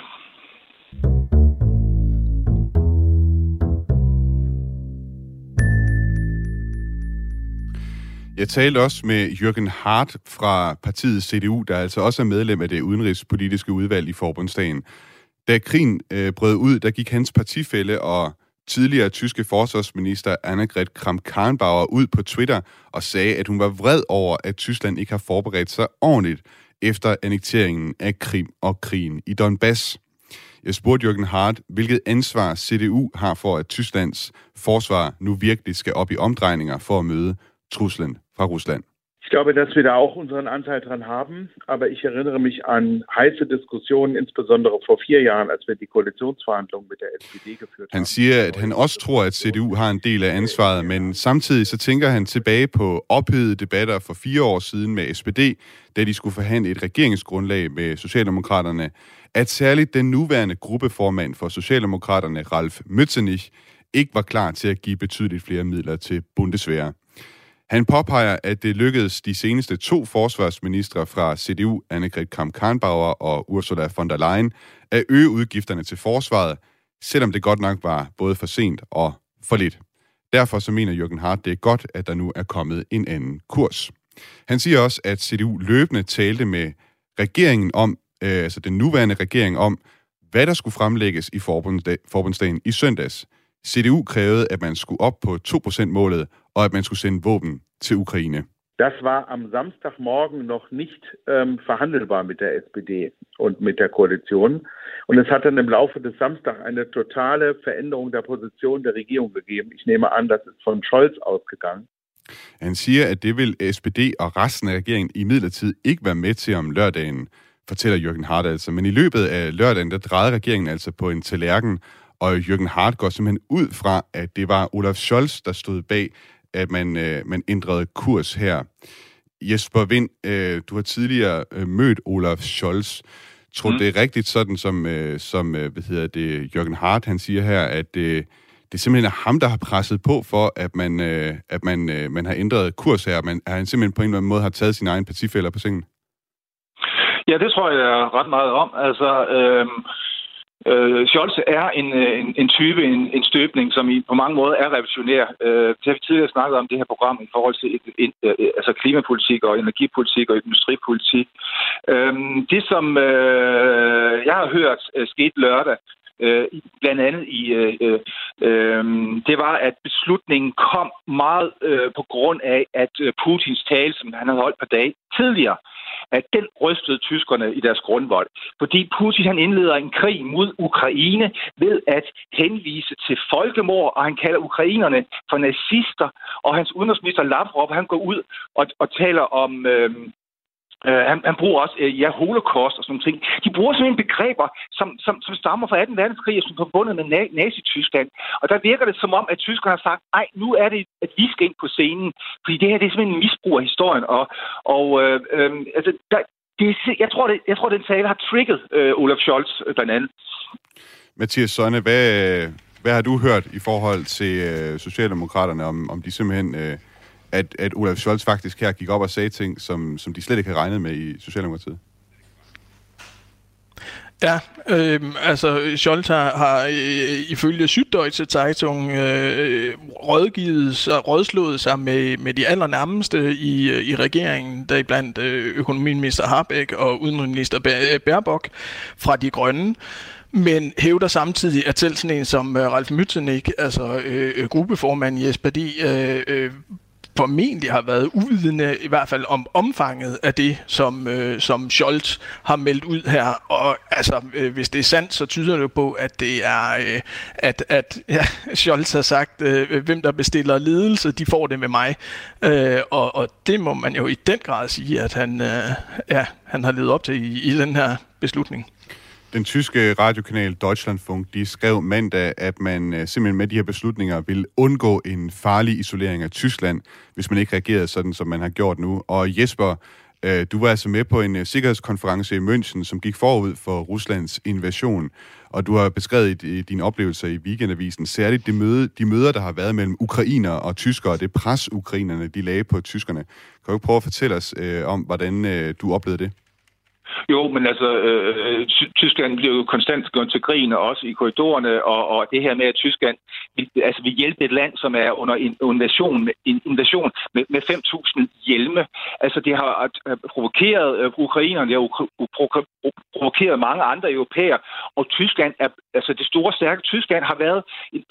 Speaker 3: Jeg talte også med Jürgen Hart fra partiet CDU, der altså også er medlem af det udenrigspolitiske udvalg i Forbundsdagen. Da krigen brød ud, der gik hans partifælle og tidligere tyske forsvarsminister Annegret Kramp-Karrenbauer ud på Twitter og sagde, at hun var vred over, at Tyskland ikke har forberedt sig ordentligt efter annekteringen af Krim og krigen i Donbass. Jeg spurgte Jürgen Hart, hvilket ansvar CDU har for, at Tysklands forsvar nu virkelig skal op i omdrejninger for at møde truslen fra Rusland.
Speaker 8: Ich glaube, dass wir da auch unseren Anteil dran haben, aber ich erinnere mich an heiße Diskussionen, insbesondere vor 4 Jahren, als wir die Koalitionsverhandlungen mit der SPD geführt haben.
Speaker 3: Han siger, at han også tror, at CDU har en del af ansvaret, men samtidig så tænker han tilbage på ophedede debatter for 4 år siden med SPD, da de skulle forhandle et regeringsgrundlag med Socialdemokraterne, at særligt den nuværende gruppeformand for Socialdemokraterne, Ralf Mützenich, ikke var klar til at give betydeligt flere midler til Bundeswehr. Han påpeger, at det lykkedes de seneste 2 forsvarsministre fra CDU, Annegret Kramp-Karrenbauer og Ursula von der Leyen, at øge udgifterne til forsvaret, selvom det godt nok var både for sent og for lidt. Derfor så mener Jürgen Hart, det er godt, at der nu er kommet en anden kurs. Han siger også, at CDU løbende talte med regeringen om, altså den nuværende regering om, hvad der skulle fremlægges i Forbundsdagen i søndags. CDU krævede, at man skulle op på 2%-målet, og at man skulle sende våben til Ukraine.
Speaker 8: Das war am Samstagmorgen noch nicht verhandelbar mit der SPD und mit der Koalition. Und es hat dann im Laufe des Samstags eine totale Veränderung der Position der Regierung gegeben. Ich nehme an, das ist von Scholz ausgegangen.
Speaker 3: Han siger, at det vil SPD og resten af regeringen imidlertid ikke være med til om lørdagen, fortæller Jürgen Hart altså. Men i løbet af lørdagen, der drejede regeringen altså på en tallerken, og Jürgen Hart går simpelthen ud fra, at det var Olaf Scholz, der stod bag, at man ændrede kurs her. Jesper Wind, du har tidligere mødt Olaf Scholz. Tror det er rigtigt sådan, som Jürgen Hart han siger her, at det simpelthen er ham, der har presset på for, at man har ændret kurs her. At han simpelthen på en eller anden måde har taget sine egne partifæller på sengen?
Speaker 6: Ja, det tror jeg ret meget om. Altså, Scholz er en type, en støbning, som på mange måder er revolutionær. Det har vi tidligere snakket om det her program i forhold til altså klimapolitik og energipolitik og industripolitik. Det, som jeg har hørt skete lørdag, blandt andet det var, at beslutningen kom meget på grund af, at Putins tale, som han havde holdt på dage tidligere, at den rystede tyskerne i deres grundvold. Fordi Putin han indleder en krig mod Ukraine ved at henvise til folkemord, og han kalder ukrainerne for nazister, og hans udenrigsminister Lavrov, han går ud og taler om han bruger også holocaust og sådan nogle ting. De bruger simpelthen begreber, som stammer fra 18. verdenskrig og som er forbundet med Nazi-Tyskland. Og der virker det som om, at tyskerne har sagt, ej, nu er det, at vi skal ind på scenen. Fordi det her, det er simpelthen en misbrug af historien. Jeg tror, den tale har trigget Olaf Scholz blandt andet.
Speaker 3: Mathias Sonne, hvad har du hørt i forhold til Socialdemokraterne, om de simpelthen... At Olaf Scholz faktisk her gik op og sagde ting, som de slet ikke havde regnet med i Socialdemokratiet?
Speaker 2: Ja, Scholz har ifølge Süddeutsche Zeitung rådslået sig med de allernærmeste i regeringen, deriblandt økonomiminister Habeck og udenrigsminister Baerbock fra De Grønne, men hævder samtidig, at selv sådan en som Ralf Mützenich, gruppeformand i SPD, formentlig har været uvidende, i hvert fald om omfanget af det, som Scholz har meldt ud her. Og altså, hvis det er sandt, så tyder det jo på, at det er, at Scholz har sagt, hvem der bestiller ledelse, de får det med mig. Og det må man jo i den grad sige, at han har levet op til i den her beslutning.
Speaker 3: Den tyske radiokanal Deutschlandfunk, de skrev mandag, at man simpelthen med de her beslutninger vil undgå en farlig isolering af Tyskland, hvis man ikke reagerede sådan, som man har gjort nu. Og Jesper, du var altså med på en sikkerhedskonference i München, som gik forud for Ruslands invasion, og du har beskrevet dine oplevelser i Weekendavisen, særligt de møder, der har været mellem ukrainere og tyskere, og det pres, ukrainerne de lagde på tyskerne. Kan du prøve at fortælle os om, hvordan du oplevede det?
Speaker 6: Jo, men altså, Tyskland bliver jo konstant gået til grin, også i korridorerne, og det her med, at Tyskland vil hjælpe et land, som er under invasion med 5.000 hjelme. Altså, det har provokeret ukrainerne, det har provokeret mange andre europæer, og Tyskland altså det store, stærke Tyskland har været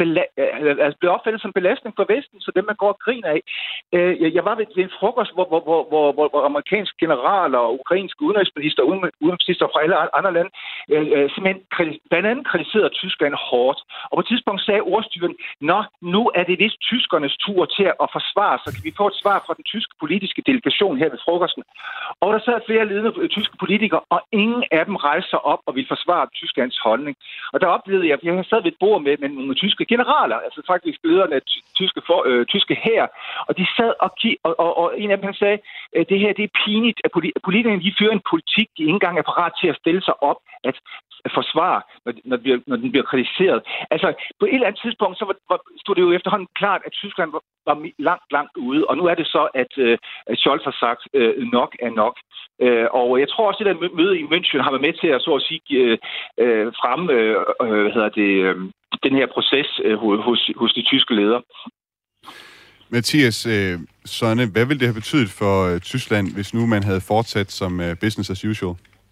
Speaker 6: blevet opfattet som belastning for Vesten, så dem man går og griner af. Jeg var ved en frokost, hvor amerikanske generaler og ukrainske udenrigsminister fra alle andre lande simpelthen blandt andet kritiserede Tyskland hårdt. Og på et tidspunkt sagde ordstyren, nu er det vist tyskernes tur til at forsvare sig. Kan vi få et svar fra den tyske politiske delegation her ved frokosten? Og der sad flere ledende tyske politikere, og ingen af dem rejste sig op og ville forsvare Tysklands holdning. Og der oplevede jeg sad ved et bord med nogle tyske generaler, altså faktisk lederne af tyske hær, og de sad og en af dem han sagde, det her det er pinligt, at politikerne de fører en politik, de ikke engang er parat til at stille sig op at forsvare, når den bliver kritiseret. Altså, på et eller andet tidspunkt, så stod det jo efterhånden klart, at Tyskland var langt ude, og nu er det så, at Scholz har sagt, nok er nok. Og jeg tror også, at det der møde i München har været med til at, så at sige, fremme, den her proces hos de tyske ledere.
Speaker 3: Mathias Sonne, hvad ville det have betydet for Tyskland, hvis nu man havde fortsat som business as usual?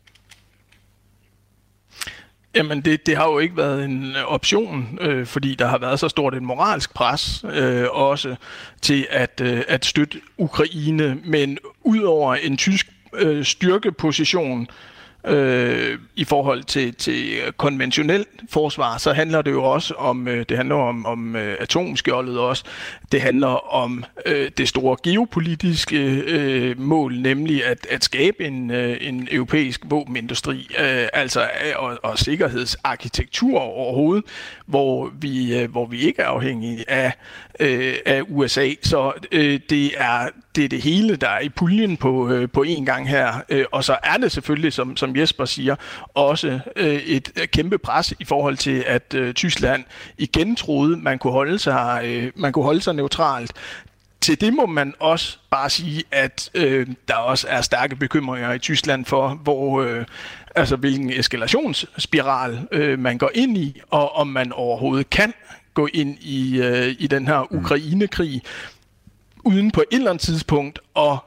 Speaker 2: Jamen, det har jo ikke været en option, fordi der har været så stort et moralsk pres også til at støtte Ukraine, men udover en tysk styrkeposition i forhold til konventionel forsvar, så handler det jo også om, om atomskjoldet også. Det handler om det store geopolitiske mål, nemlig at skabe en europæisk våbenindustri, og sikkerhedsarkitektur overhovedet, hvor vi ikke er afhængige af USA. Så det er det hele, der er i puljen på en gang her. Og så er det selvfølgelig, som Jesper siger, også et kæmpe pres i forhold til, at Tyskland igen troede, man kunne holde sig neutralt. Til det må man også bare sige, at der også er stærke bekymringer i Tyskland for, hvilken eskalationsspiral man går ind i, og om man overhovedet kan gå ind i den her Ukraine-krig, uden på et eller andet tidspunkt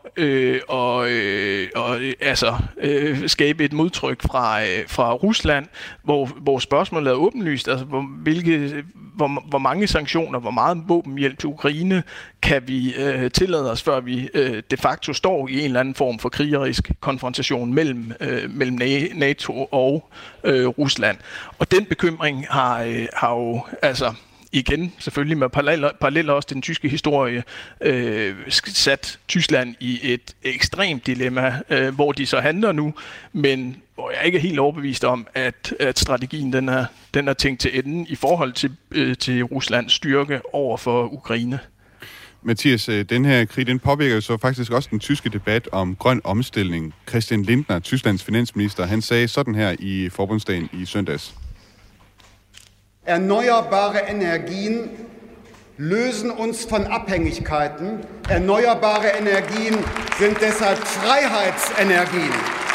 Speaker 2: skabe et modtryk fra Rusland, hvor spørgsmålet er åbenlyst, altså hvor mange sanktioner, hvor meget våbenhjælp til Ukraine kan vi tillade os, før vi de facto står i en eller anden form for krigerisk konfrontation mellem NATO og Rusland. Og den bekymring har jo igen, selvfølgelig med paralleller også til den tyske historie, sat Tyskland i et ekstremt dilemma, hvor de så handler nu, men hvor jeg ikke er helt overbevist om, at strategien den er tænkt til enden i forhold til Ruslands styrke over for Ukraine.
Speaker 3: Mathias, den her krig, den påvirker jo så faktisk også den tyske debat om grøn omstilling. Christian Lindner, Tysklands finansminister, han sagde sådan her i Forbundsdagen i søndags.
Speaker 9: Erneuerbare Energien lösen uns von Abhängigkeiten. Erneuerbare Energien sind deshalb Freiheitsenergien.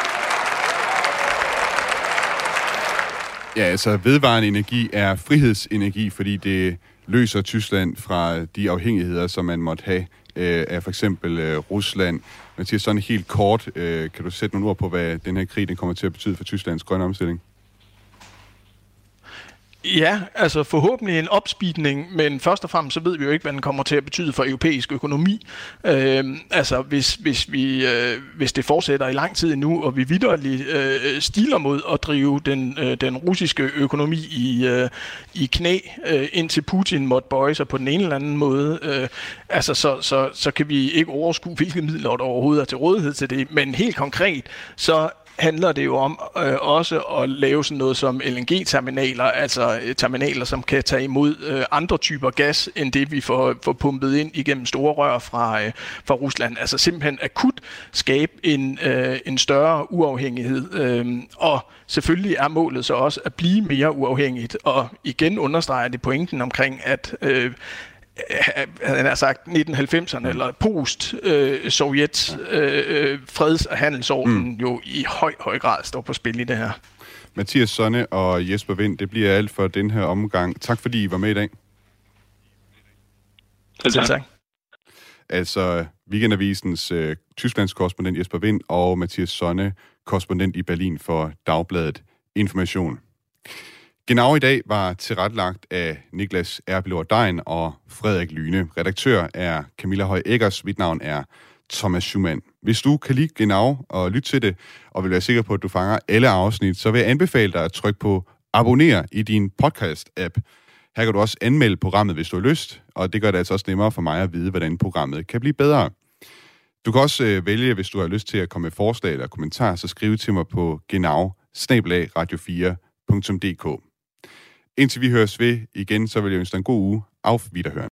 Speaker 3: Ja, altså vedvarende energi er frihedsenergi, fordi det løser Tyskland fra de afhængigheder, som man måtte have af for eksempel Rusland. Mathias, sådan helt kort, kan du sætte nogle ord på, hvad den her krig den kommer til at betyde for Tysklands grønne omstilling?
Speaker 2: Ja, altså forhåbentlig en opspeedning, men først og fremmest så ved vi jo ikke, hvad den kommer til at betyde for europæisk økonomi. Altså hvis det fortsætter i lang tid endnu, og vi vitterligt stiler mod at drive den russiske økonomi i knæ, indtil Putin måtte bøje sig på den ene eller anden måde, så kan vi ikke overskue, hvilke midler der overhovedet er til rådighed til det. Men helt konkret, så handler det jo om også at lave sådan noget som LNG-terminaler, altså terminaler, som kan tage imod andre typer gas, end det vi får pumpet ind igennem store rør fra Rusland. Altså simpelthen akut skabe en større uafhængighed. Og selvfølgelig er målet så også at blive mere uafhængigt, og igen understreger det pointen omkring, at han har sagt 1990'erne eller post-Sovjet freds- og handelsorden jo i høj grad står på spil i det her.
Speaker 3: Mathias Sonne og Jesper Wind, det bliver alt for den her omgang. Tak fordi I var med i dag.
Speaker 2: Selv tak.
Speaker 3: Altså Weekendavisens Tysklands korrespondent Jesper Wind og Mathias Sonne, korrespondent i Berlin for Dagbladet Information. Genau i dag var tilrettelagt af Niklas Erbilor-Dein og Frederik Lyne. Redaktør er Camilla Høj Eggers. Mit navn er Thomas Schumann. Hvis du kan lide Genau og lytte til det, og vil være sikker på, at du fanger alle afsnit, så vil jeg anbefale dig at trykke på abonner i din podcast-app. Her kan du også anmelde programmet, hvis du har lyst, og det gør det altså også nemmere for mig at vide, hvordan programmet kan blive bedre. Du kan også vælge, hvis du har lyst til at komme med forslag eller kommentarer, så skriv til mig på genau@radio4.dk. Indtil vi høres ved igen, så vil jeg ønske dig en god uge. Auf Wiederhören.